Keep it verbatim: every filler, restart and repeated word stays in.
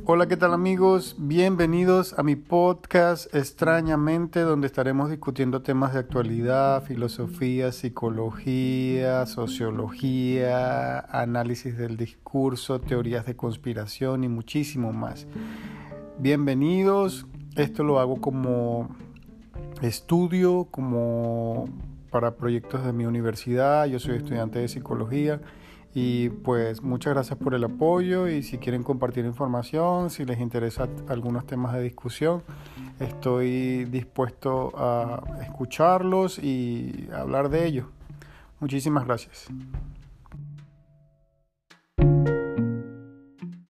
Hola, ¿qué tal amigos? Bienvenidos a mi podcast Extrañamente, donde estaremos discutiendo temas de actualidad, filosofía, psicología, sociología, análisis del discurso, teorías de conspiración y muchísimo más. Bienvenidos, esto lo hago como estudio, como para proyectos de mi universidad. Yo soy estudiante de psicología. Y pues muchas gracias por el apoyo y si quieren compartir información, si les interesa algunos temas de discusión, estoy dispuesto a escucharlos y hablar de ellos. Muchísimas gracias.